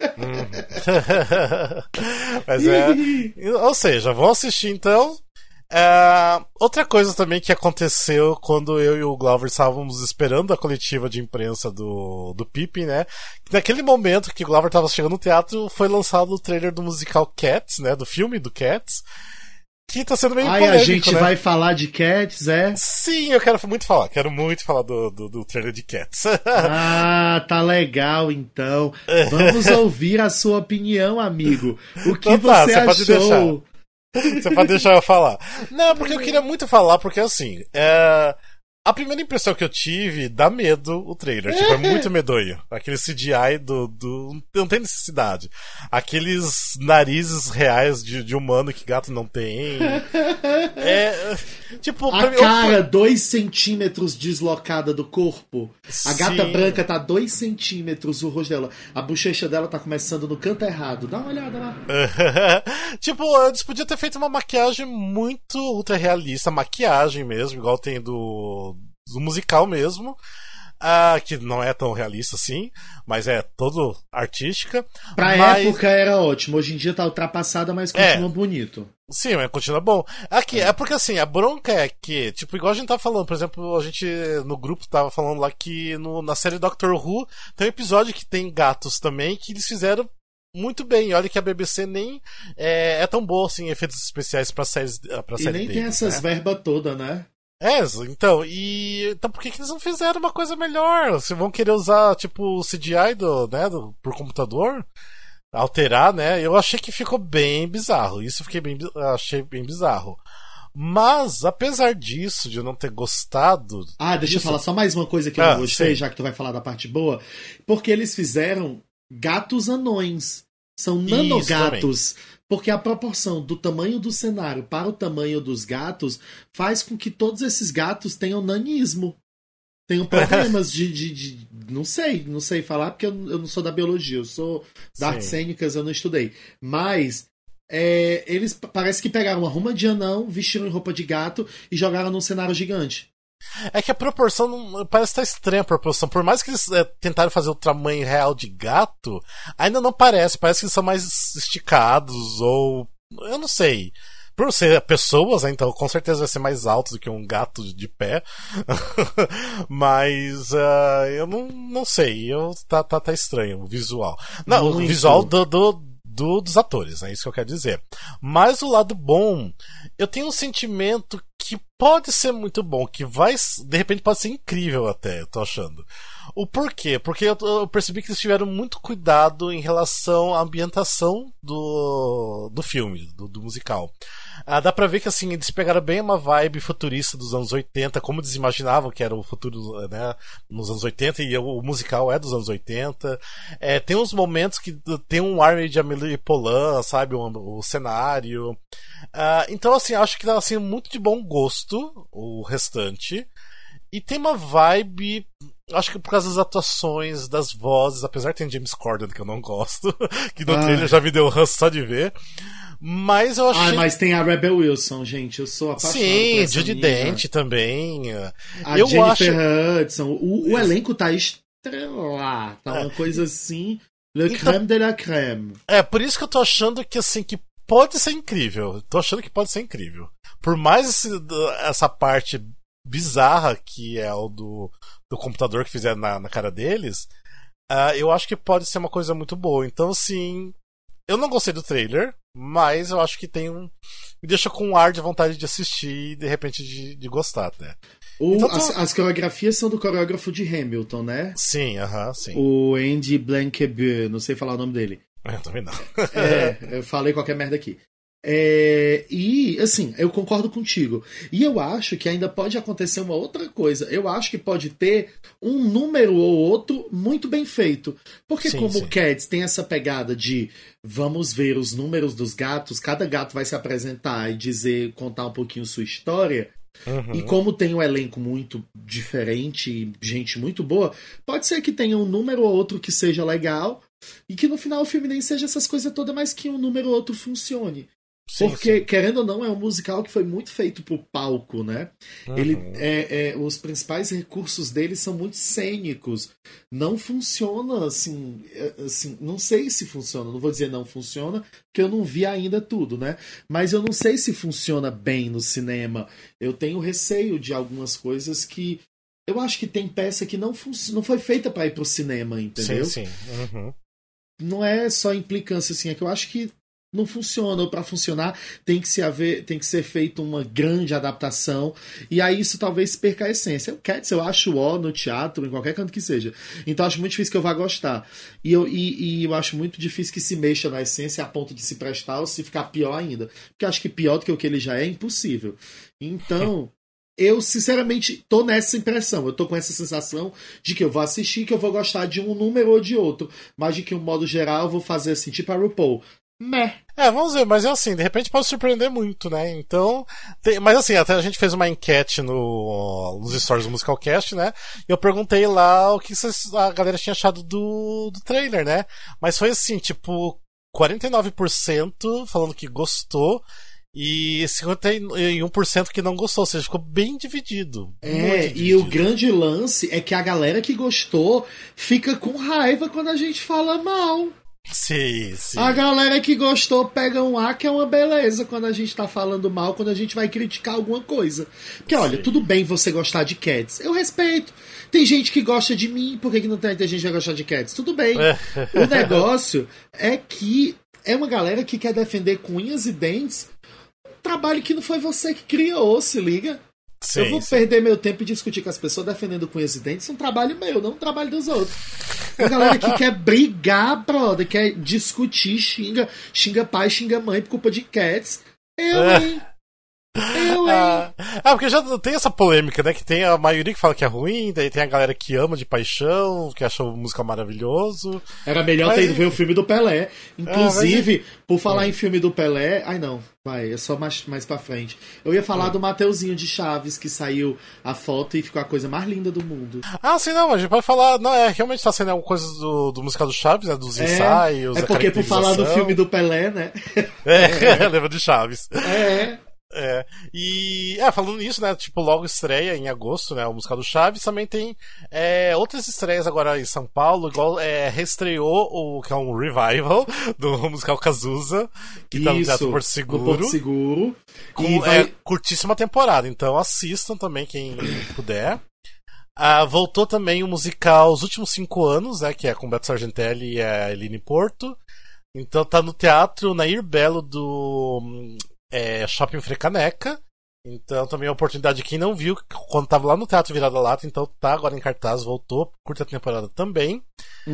Mas ou seja, vão assistir então. Outra coisa também que aconteceu quando eu e o Glauber estávamos esperando a coletiva de imprensa do Pippin, né? Naquele momento que o Glauber estava chegando no teatro, foi lançado o trailer do musical Cats, né? Do filme do Cats. Que tá sendo meio polêmico, a gente vai falar de Cats, Sim, eu quero muito falar do trailer de Cats. Tá legal, então. Vamos ouvir a sua opinião, amigo. O que você achou? Você pode deixar eu falar. Não, porque eu queria muito falar, porque assim, a primeira impressão que eu tive dá medo o trailer. Tipo, é muito medonho. Aquele CGI não tem necessidade. Aqueles narizes reais de humano que gato não tem. Tipo, a cara 2 centímetros deslocada do corpo. A gata branca tá 2 centímetros o rosto dela. A bochecha dela tá começando no canto errado. Dá uma olhada lá. Tipo, eles podiam ter feito uma maquiagem muito ultra realista. Maquiagem mesmo, igual tem do musical mesmo. Que não é tão realista assim, mas é todo artística. Pra época era ótimo. Hoje em dia tá ultrapassada, mas continua bonito. Sim, mas continua bom. Aqui, é porque assim, a bronca é que, tipo, igual a gente tava falando, por exemplo, a gente no grupo tava falando lá que na série Doctor Who tem um episódio que tem gatos também, que eles fizeram muito bem. Olha que a BBC nem é tão boa assim em efeitos especiais pra série e nem deles, tem essas verbas todas, né? Então por que eles não fizeram uma coisa melhor? Vocês vão querer usar, tipo, o CGI por computador? Alterar, né? Eu achei que ficou bem bizarro. Achei bem bizarro. Mas, apesar disso, de eu não ter gostado. Deixa eu falar só mais uma coisa que eu não gostei, sim. Já que tu vai falar da parte boa. Porque eles fizeram gatos anões. São nanogatos. Porque a proporção do tamanho do cenário para o tamanho dos gatos faz com que todos esses gatos tenham nanismo. Tenham problemas de não sei falar, porque eu não sou da biologia, eu sou da artes cênicas, eu não estudei. Mas eles parece que pegaram uma ruma de anão, vestiram em roupa de gato e jogaram num cenário gigante. É que a proporção parece estar estranha a proporção. Por mais que eles tentaram fazer o tamanho real de gato, ainda não parece. Parece que eles são mais esticados, ou eu não sei. Por ser pessoas, né, então com certeza vai ser mais alto do que um gato de pé. Mas eu não sei. Tá estranho o visual. Não, muito. O visual dos atores, é isso que eu quero dizer. Mas o lado bom, eu tenho um sentimento que pode ser muito bom, que vai, de repente pode ser incrível até, eu tô achando. O porquê? Porque eu percebi que eles tiveram muito cuidado em relação à ambientação do filme, do musical. Dá pra ver que assim, eles pegaram bem uma vibe futurista dos anos 80, como eles imaginavam que era o futuro, né, nos anos 80, e o musical é dos anos 80. Tem uns momentos que tem um ar meio de Amélie Poulain, sabe, o cenário. Então assim, acho que tá assim, muito de bom gosto o restante. E tem uma vibe, acho que por causa das atuações, das vozes, apesar de ter James Corden, que eu não gosto, que no trailer já me deu ranço só de ver. Mas eu achei... mas tem a Rebel Wilson, gente. Eu sou apaixonado por essa Judi Dench também. A Jennifer Hudson. O elenco tá estrelado. Tá uma coisa assim... crème de la crème. Por isso que eu tô achando que, assim, que pode ser incrível. Tô achando que pode ser incrível. Por mais essa parte bizarra que é o do computador que fizeram na cara deles, eu acho que pode ser uma coisa muito boa. Então, assim... Eu não gostei do trailer, mas eu acho que me deixa com um ar de vontade de assistir e de repente de gostar, né? Então, as coreografias são do coreógrafo de Hamilton, né? Sim, sim. O Andy Blanchard, não sei falar o nome dele. Eu também não. Eu falei qualquer merda aqui. E, assim, eu concordo contigo. E eu acho que ainda pode acontecer uma outra coisa. Eu acho que pode ter um número ou outro muito bem feito. Porque o Cats tem essa pegada de vamos ver os números dos gatos, cada gato vai se apresentar e contar um pouquinho sua história. Uhum. E como tem um elenco muito diferente e gente muito boa, pode ser que tenha um número ou outro que seja legal e que no final o filme nem seja essas coisas todas, mas que um número ou outro funcione. Porque, querendo ou não, é um musical que foi muito feito pro palco, né? Uhum. Ele, os principais recursos dele são muito cênicos. Não funciona, assim, não sei se funciona. Não vou dizer não funciona, porque eu não vi ainda tudo, né? Mas eu não sei se funciona bem no cinema. Eu tenho receio de algumas coisas que... Eu acho que tem peça que não foi feita para ir pro cinema, entendeu? Sim. Uhum. Não é só implicância, assim, é que eu acho que não funciona, ou para funcionar tem que ser feita uma grande adaptação, e aí isso talvez perca a essência. O Cats eu acho no teatro, em qualquer canto que seja, então acho muito difícil que eu vá gostar, e eu acho muito difícil que se mexa na essência a ponto de se prestar ou se ficar pior ainda, porque acho que pior do que o que ele já é impossível. Então eu sinceramente tô nessa impressão, eu tô com essa sensação de que eu vou assistir, que eu vou gostar de um número ou de outro, mas de que, de um modo geral, eu vou fazer assim, tipo a RuPaul. Vamos ver, mas é assim, de repente pode surpreender muito, né? Então, mas assim, até a gente fez uma enquete nos stories do Musicalcast, né? E eu perguntei lá o que a galera tinha achado do trailer, né? Mas foi assim, tipo, 49% falando que gostou e 51% que não gostou, ou seja, ficou bem dividido. E o grande lance é que a galera que gostou fica com raiva quando a gente fala mal. Sim. A galera que gostou pega um A, que é uma beleza quando a gente tá falando mal, quando a gente vai criticar alguma coisa. Porque, olha, tudo bem você gostar de Cats. Eu respeito. Tem gente que gosta de mim, por que não tem gente que vai gostar de Cats? Tudo bem. O negócio é que é uma galera que quer defender com unhas e dentes um trabalho que não foi você que criou, se liga? Eu vou perder meu tempo e discutir com as pessoas defendendo cunhas e dentes, um trabalho meu, não um trabalho dos outros. A galera que quer brigar, brother, quer discutir, xinga pai, xinga mãe por culpa de Cats. Porque já tem essa polêmica, né? Que tem a maioria que fala que é ruim, daí tem a galera que ama de paixão, que acha a música maravilhoso. Era melhor ter ido ver o filme do Pelé. Inclusive, por falar em filme do Pelé. Ai, não. Vai, é só mais pra frente. Eu ia falar do Mateuzinho de Chaves, que saiu a foto e ficou a coisa mais linda do mundo. Sim, não, a gente pode falar. Não, realmente tá sendo alguma coisa do musical do Chaves, né? Dos ensaios. É porque por falar do filme do Pelé, né? Lembra de Chaves. Falando nisso, né, tipo, logo estreia em agosto, né, o musical do Chaves, também tem outras estreias agora em São Paulo, igual reestreou o que é um revival do musical Cazuza, que tá no Teatro Porto Seguro. Porto Seguro. Com curtíssima temporada, então assistam também quem puder. Voltou também o musical Os Últimos 5 Anos, né, que é com Beto Sargentelli e a Eline Porto. Então tá no Teatro Nair Belo do Shopping Frecaneca. Então também é uma oportunidade de quem não viu quando tava lá no Teatro Virada Lata, então tá agora em cartaz, voltou, curta temporada também.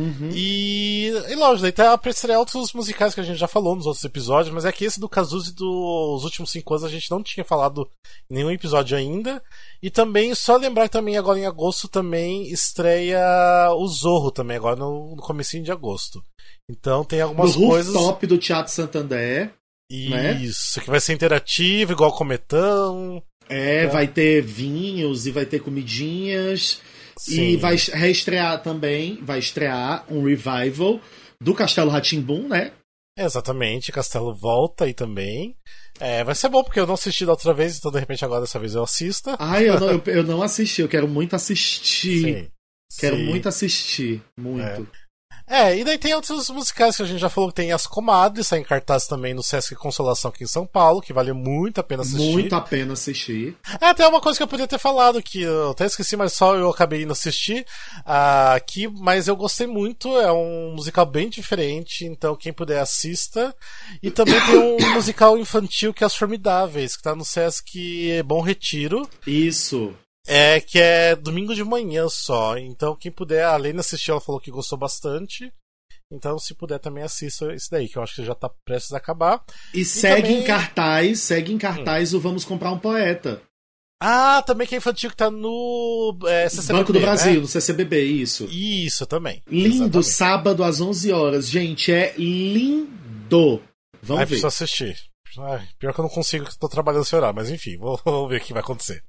E lógico, daí tá pra estrear outros musicais que a gente já falou nos outros episódios, mas é que esse do Cazuza e dos Últimos 5 Anos a gente não tinha falado em nenhum episódio ainda. E também, só lembrar que também agora em agosto também estreia o Zorro também, agora no comecinho de agosto. Então tem algumas coisas... No rooftop do Teatro Santander. Isso, né? Que vai ser interativo, igual Cometão. Vai ter vinhos e vai ter comidinhas. Sim. E vai reestrear também, vai estrear um revival do Castelo Rá-Tim-Bum, né? Exatamente, Castelo volta aí também. Vai ser bom, porque eu não assisti da outra vez, então de repente agora dessa vez eu assista. Eu não assisti, eu quero muito assistir. Quero muito assistir, muito. E daí tem outros musicais que a gente já falou, que tem As Comadres, sai em cartaz também no Sesc Consolação aqui em São Paulo, que vale muito a pena assistir. Muito a pena assistir. Até uma coisa que eu podia ter falado, que eu até esqueci, mas só eu acabei indo assistir aqui, mas eu gostei muito, é um musical bem diferente, então quem puder assista. E também tem um musical infantil que é As Formidáveis, que tá no Sesc Bom Retiro. Isso. Que é domingo de manhã só. Então, quem puder, além de assistir, ela falou que gostou bastante. Então, se puder, também assista esse daí, que eu acho que já tá prestes a acabar. E segue também... em cartaz o Vamos Comprar um Poeta. Também que é infantil, que tá no CCBB, Banco do Brasil, né? No CCBB, isso. Isso, também. Lindo, exatamente. Sábado às 11 horas. Gente, é lindo. Vamos ver. Preciso assistir. Pior que eu não consigo, que eu tô trabalhando esse horário, mas enfim, vou ver o que vai acontecer.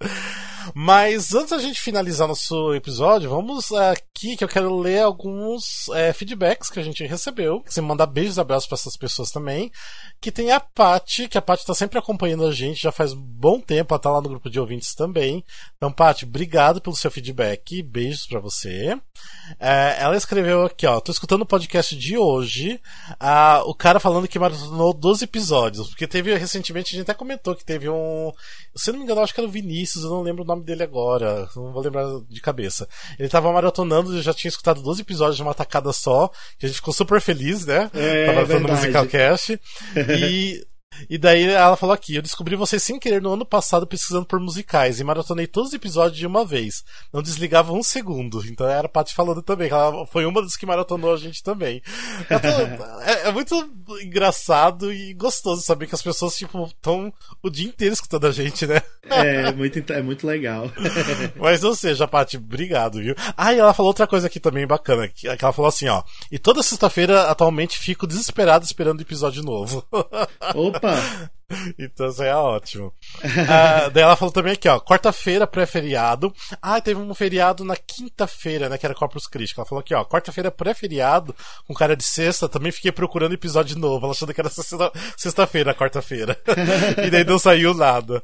Mas antes da gente finalizar nosso episódio, vamos aqui que eu quero ler alguns feedbacks que a gente recebeu. Você mandar beijos e abraços para essas pessoas também. Que tem a Paty, que a Paty tá sempre acompanhando a gente, já faz um bom tempo, ela tá lá no grupo de ouvintes também. Então, Paty, obrigado pelo seu feedback, beijos para você. Ela escreveu aqui, ó, tô escutando o podcast de hoje, o cara falando que maratonou 12 episódios, porque teve recentemente, a gente até comentou que teve se eu não me engano, acho que era o Vinícius, eu não lembro o nome dele agora, não vou lembrar de cabeça. Ele tava maratonando e já tinha escutado 12 episódios de uma tacada só, que a gente ficou super feliz, né? Tava fazendo o Musicalcast. E daí ela falou aqui: eu descobri vocês sem querer no ano passado pesquisando por musicais e maratonei todos os episódios de uma vez. Não desligava um segundo. Então era a Paty falando também, que ela foi uma das que maratonou a gente também. É muito engraçado e gostoso saber que as pessoas estão o dia inteiro escutando a gente, né? É muito legal. Mas ou seja, Paty, obrigado, viu? E ela falou outra coisa aqui também bacana, que ela falou assim, ó: e toda sexta-feira atualmente fico desesperado esperando o episódio novo. Opa! Então isso aí é ótimo. Daí ela falou também aqui, ó: quarta-feira pré-feriado. Teve um feriado na quinta-feira, né? Que era Corpus Christi. Ela falou aqui, ó: quarta-feira pré-feriado, com cara de sexta. Também fiquei procurando episódio novo, ela achando que era sexta-feira, quarta-feira. E daí não saiu nada.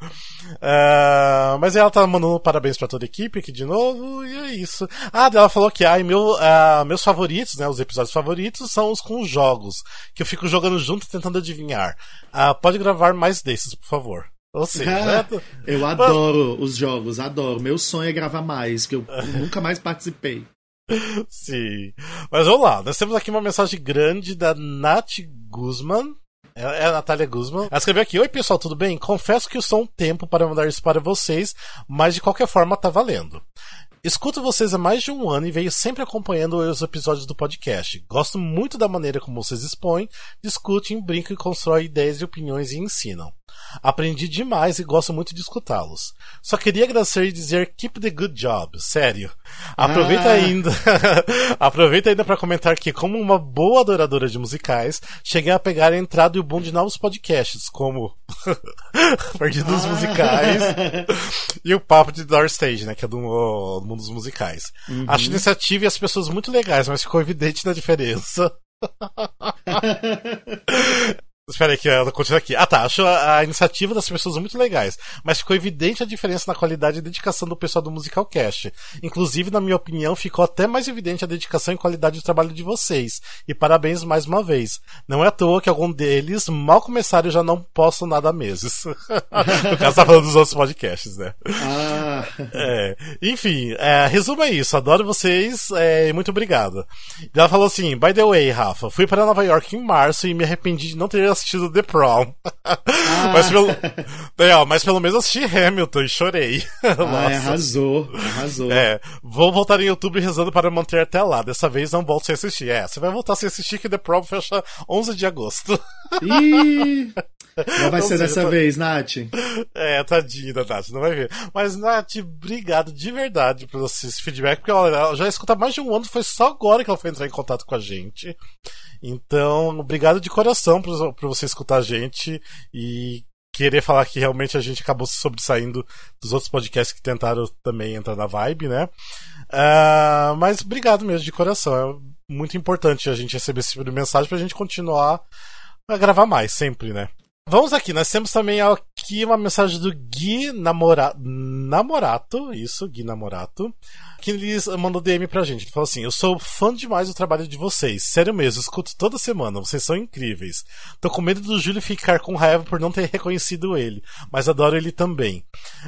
Mas ela tá mandando parabéns pra toda a equipe aqui de novo. E é isso. Daí ela falou que meus favoritos, né? Os episódios favoritos são os com jogos, que eu fico jogando junto tentando adivinhar. Pode gravar mais desses, por favor. Ou seja, eu adoro os jogos, adoro. Meu sonho é gravar mais, que eu nunca mais participei. Sim. Mas vamos lá, nós temos aqui uma mensagem grande da Nath Guzman. É a Natália Guzman. Ela escreveu aqui: oi pessoal, tudo bem? Confesso que eu sou um tempo para mandar isso para vocês, mas de qualquer forma tá valendo. Escuto vocês há mais de um ano e venho sempre acompanhando os episódios do podcast. Gosto muito da maneira como vocês expõem, discutem, brincam e constroem ideias e opiniões e ensinam. Aprendi demais e gosto muito de escutá-los. Só queria agradecer e dizer keep the good job, sério. Aproveita ainda aproveita ainda para comentar que, como uma boa adoradora de musicais, cheguei a pegar a entrada e o boom de novos podcasts, como Perdidos Musicais e o Papo de Door Stage, né, que é do mundo dos musicais. Acho a iniciativa e as pessoas muito legais, mas ficou evidente na diferença. Espera aí que ela continua aqui. Tá. Acho a iniciativa das pessoas muito legais, mas ficou evidente a diferença na qualidade e dedicação do pessoal do Musicalcast. Inclusive, na minha opinião, ficou até mais evidente a dedicação e qualidade do trabalho de vocês. E parabéns mais uma vez. Não é à toa que algum deles, mal começaram, já não postam nada há meses. No caso, tá falando dos outros podcasts, né? Enfim, resumo é isso. Adoro vocês e muito obrigado. Ela falou assim: by the way, Rafa, fui para Nova York em março e me arrependi de não ter assistido The Prom. Mas pelo menos assisti Hamilton e chorei. Arrasou. Vou voltar em outubro rezando para manter até lá. Dessa vez não volto sem assistir. Você vai voltar sem assistir, que The Prom fecha 11 de agosto. Ih! Não vai ser dessa vez, Nath. Tadinha da Nath, não vai ver. Mas, Nath, obrigado de verdade por esse feedback, porque ela já escuta há mais de um ano, foi só agora que ela foi entrar em contato com a gente. Então, obrigado de coração por você escutar a gente e querer falar que realmente a gente acabou se sobressaindo dos outros podcasts que tentaram também entrar na vibe, né? Mas obrigado mesmo de coração. É muito importante a gente receber esse tipo de mensagem pra gente continuar a gravar mais, sempre, né? Vamos aqui, nós temos também aqui uma mensagem do Gui Namorato, Gui Namorato, que ele mandou DM pra gente. Ele falou assim: eu sou fã demais do trabalho de vocês, sério mesmo, escuto toda semana, vocês são incríveis. Tô com medo do Júlio ficar com raiva por não ter reconhecido ele, mas adoro ele também.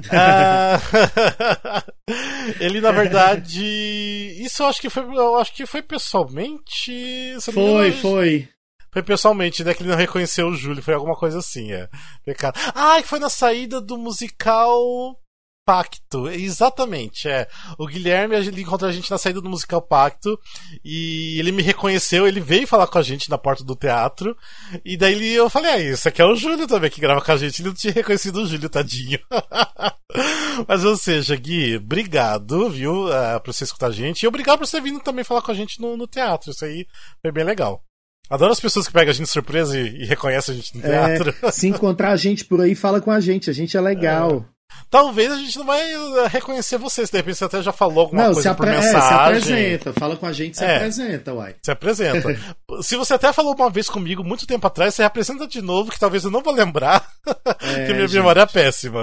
Ele, na verdade, isso eu acho que foi pessoalmente. Foi. Foi pessoalmente, né, que ele não reconheceu o Júlio, foi alguma coisa assim, Pecado. Que foi na saída do musical Pacto, exatamente, O Guilherme, ele encontrou a gente na saída do musical Pacto, e ele me reconheceu, ele veio falar com a gente na porta do teatro, e daí eu falei, isso aqui é o Júlio também que grava com a gente, ele não tinha reconhecido o Júlio, tadinho. Mas, ou seja, Gui, obrigado, viu, por você escutar a gente, e obrigado por você vindo também falar com a gente no teatro, isso aí foi bem legal. Adoro as pessoas que pegam a gente de surpresa e reconhecem a gente no teatro. Se encontrar a gente por aí, fala com a gente é legal. Talvez a gente não vai reconhecer você, de repente você até já falou alguma coisa por mensagem. Se apresenta, fala com a gente, se apresenta, uai. Se apresenta. Se você até falou uma vez comigo, muito tempo atrás, você apresenta de novo, que talvez eu não vou lembrar, que minha memória é péssima,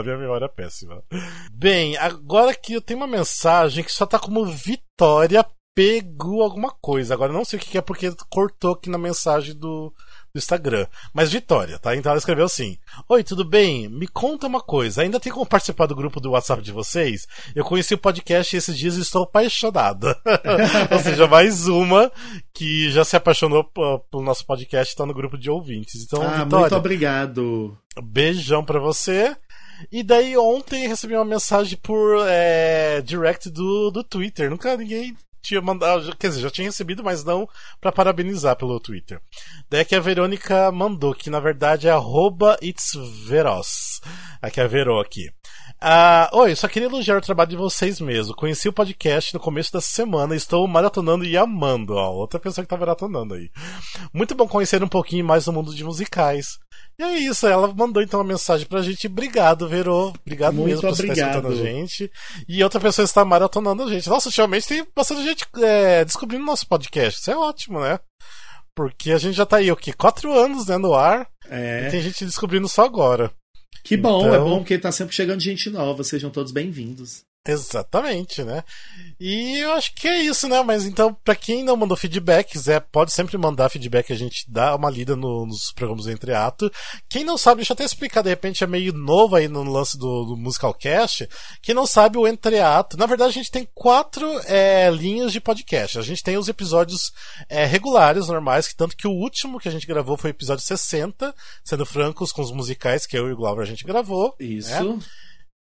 Bem, agora aqui eu tenho uma mensagem que só tá como Vitória pegou alguma coisa. Agora eu não sei o que é porque cortou aqui na mensagem do Instagram. Mas Vitória, tá? Então ela escreveu assim: oi, tudo bem? Me conta uma coisa. Ainda tem como participar do grupo do WhatsApp de vocês? Eu conheci o podcast esses dias e estou apaixonada. Ou seja, mais uma que já se apaixonou pelo nosso podcast e tá no grupo de ouvintes. Então, Vitória, muito obrigado. Beijão pra você. E daí ontem recebi uma mensagem por direct do Twitter. Nunca ninguém tinha mandado, quer dizer, já tinha recebido, mas não pra parabenizar pelo Twitter. Daí que a Verônica mandou, que na verdade é @itsveros. Aqui é a Verô aqui. Oi, só queria elogiar o trabalho de vocês mesmo. Conheci o podcast no começo da semana e estou maratonando e amando. Outra pessoa que tá maratonando aí. Muito bom conhecer um pouquinho mais do mundo de musicais. E é isso, ela mandou então uma mensagem pra gente. Obrigado, Verô. Obrigado muito mesmo por estar escutando a gente. E outra pessoa está maratonando a gente. Nossa, ultimamente tem bastante gente descobrindo nosso podcast. Isso é ótimo, né? Porque a gente já tá aí, 4 anos, né, no ar. E tem gente descobrindo só agora. Que bom, então... é bom porque tá sempre chegando gente nova. Sejam todos bem-vindos. Exatamente, né? E eu acho que é isso, né? Mas então, pra quem não mandou feedbacks, pode sempre mandar feedback, a gente dá uma lida nos programas do Entre Ato. Quem não sabe, deixa eu até explicar, de repente é meio novo aí no lance do Musicalcast. Quem não sabe, o Entre Ato, na verdade a gente tem 4 linhas de podcast. A gente tem os episódios regulares, normais, que tanto que o último que a gente gravou foi o episódio 60, sendo francos com os musicais, que eu e o Glauber a gente gravou. Isso. Né?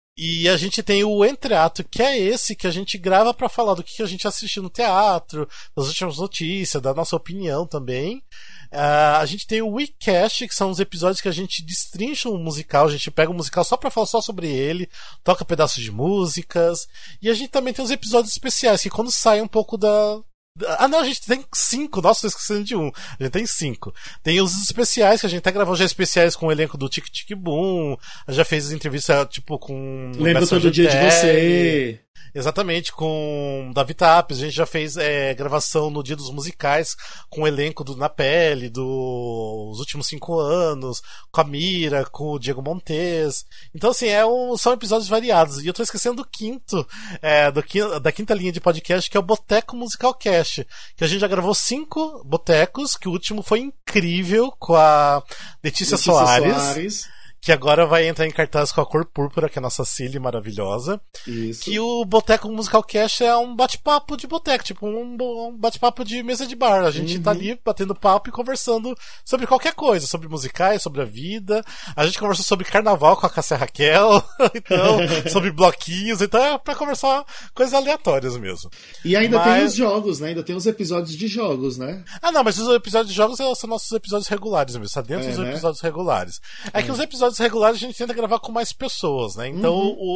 E a gente tem o Entreato, que é esse que a gente grava pra falar do que a gente assistiu no teatro, das últimas notícias, da nossa opinião também. A gente tem o WeCast, que são os episódios que a gente destrincha um musical, a gente pega um musical só pra falar só sobre ele, toca pedaços de músicas. E a gente também tem os episódios especiais, que quando sai um pouco da... Ah, não, a gente tem 5. Nossa, tô esquecendo de um. A gente tem 5. Tem os especiais, que a gente até gravou já especiais com o elenco do Tic Tic Boom. Já fez entrevista, tipo, com... Lembro Todo Dia de Você. Exatamente, com Davi Tapes. A gente já fez gravação no Dia dos Musicais com o elenco do Na Pele, dos últimos 5 anos, com a Mira, com o Diego Montes. Então, assim, são episódios variados. E eu tô esquecendo do quinto, da quinta linha de podcast, que é o Boteco Musical Cast, que a gente já gravou 5 botecos, que o último foi incrível, com a Letícia Soares. Que agora vai entrar em cartaz com a Cor Púrpura, que é a nossa Cilly maravilhosa. Isso. Que o Boteco Musical Cast é um bate-papo de boteco, tipo um bate-papo de mesa de bar. A gente tá ali batendo papo e conversando sobre qualquer coisa, sobre musicais, sobre a vida. A gente conversou sobre carnaval com a Cássia Raquel, então, sobre bloquinhos, então é pra conversar coisas aleatórias mesmo. E ainda tem os jogos, né? Ainda tem os episódios de jogos, né? Ah, não, mas os episódios de jogos são nossos episódios regulares mesmo, tá dentro dos episódios regulares. Que os episódios regulares a gente tenta gravar com mais pessoas, né? Então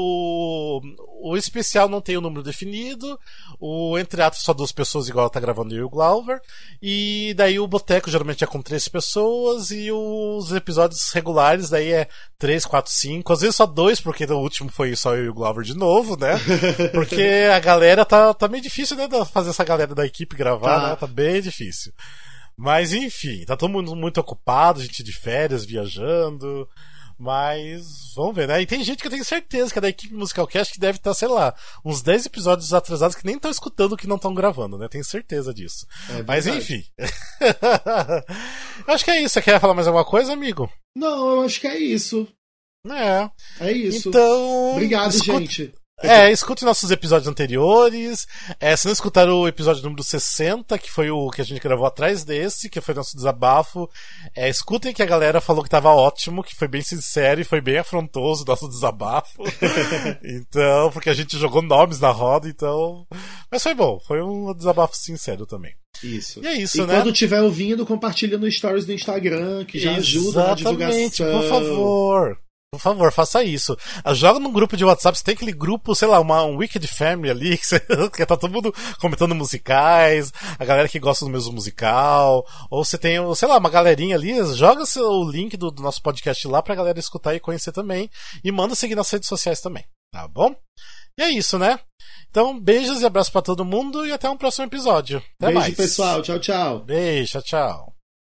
o especial não tem o número definido, o Entreato só 2 pessoas, igual tá gravando eu e o Glauber, e daí o Boteco geralmente é com 3 pessoas, e os episódios regulares daí é 3, 4, 5, às vezes só 2, porque o último foi só eu e o Glauber de novo, né? Porque a galera tá meio difícil, né? Fazer essa galera da equipe gravar, né? Tá bem difícil. Mas enfim, tá todo mundo muito ocupado, gente de férias, viajando. Mas vamos ver, né? E tem gente que eu tenho certeza que é da equipe Musical Cast que deve estar, sei lá, uns 10 episódios atrasados que nem estão escutando o que não estão gravando, né? Tenho certeza disso. Mas enfim. Acho que é isso. Você quer falar mais alguma coisa, amigo? Não, eu acho que é isso. É isso. Então. Obrigado, gente. Escute nossos episódios anteriores. Se não escutaram o episódio número 60, que foi o que a gente gravou atrás desse, que foi nosso desabafo, escutem que a galera falou que tava ótimo, que foi bem sincero e foi bem afrontoso o nosso desabafo. Então, porque a gente jogou nomes na roda, então. Mas foi bom, foi um desabafo sincero também. Isso. E é isso, né? E quando estiver ouvindo, compartilha no Stories do Instagram, que já ajuda na divulgação. Por favor. Por favor, faça isso. Joga num grupo de WhatsApp, você tem aquele grupo, sei lá, um Wicked Family ali, que tá todo mundo comentando musicais, a galera que gosta do mesmo musical, ou você tem, sei lá, uma galerinha ali, joga o link do nosso podcast lá pra galera escutar e conhecer também, e manda seguir nas redes sociais também, tá bom? E é isso, né? Então, beijos e abraços pra todo mundo e até um próximo episódio. Até mais. Beijo, pessoal. Tchau, tchau. Beijo, tchau.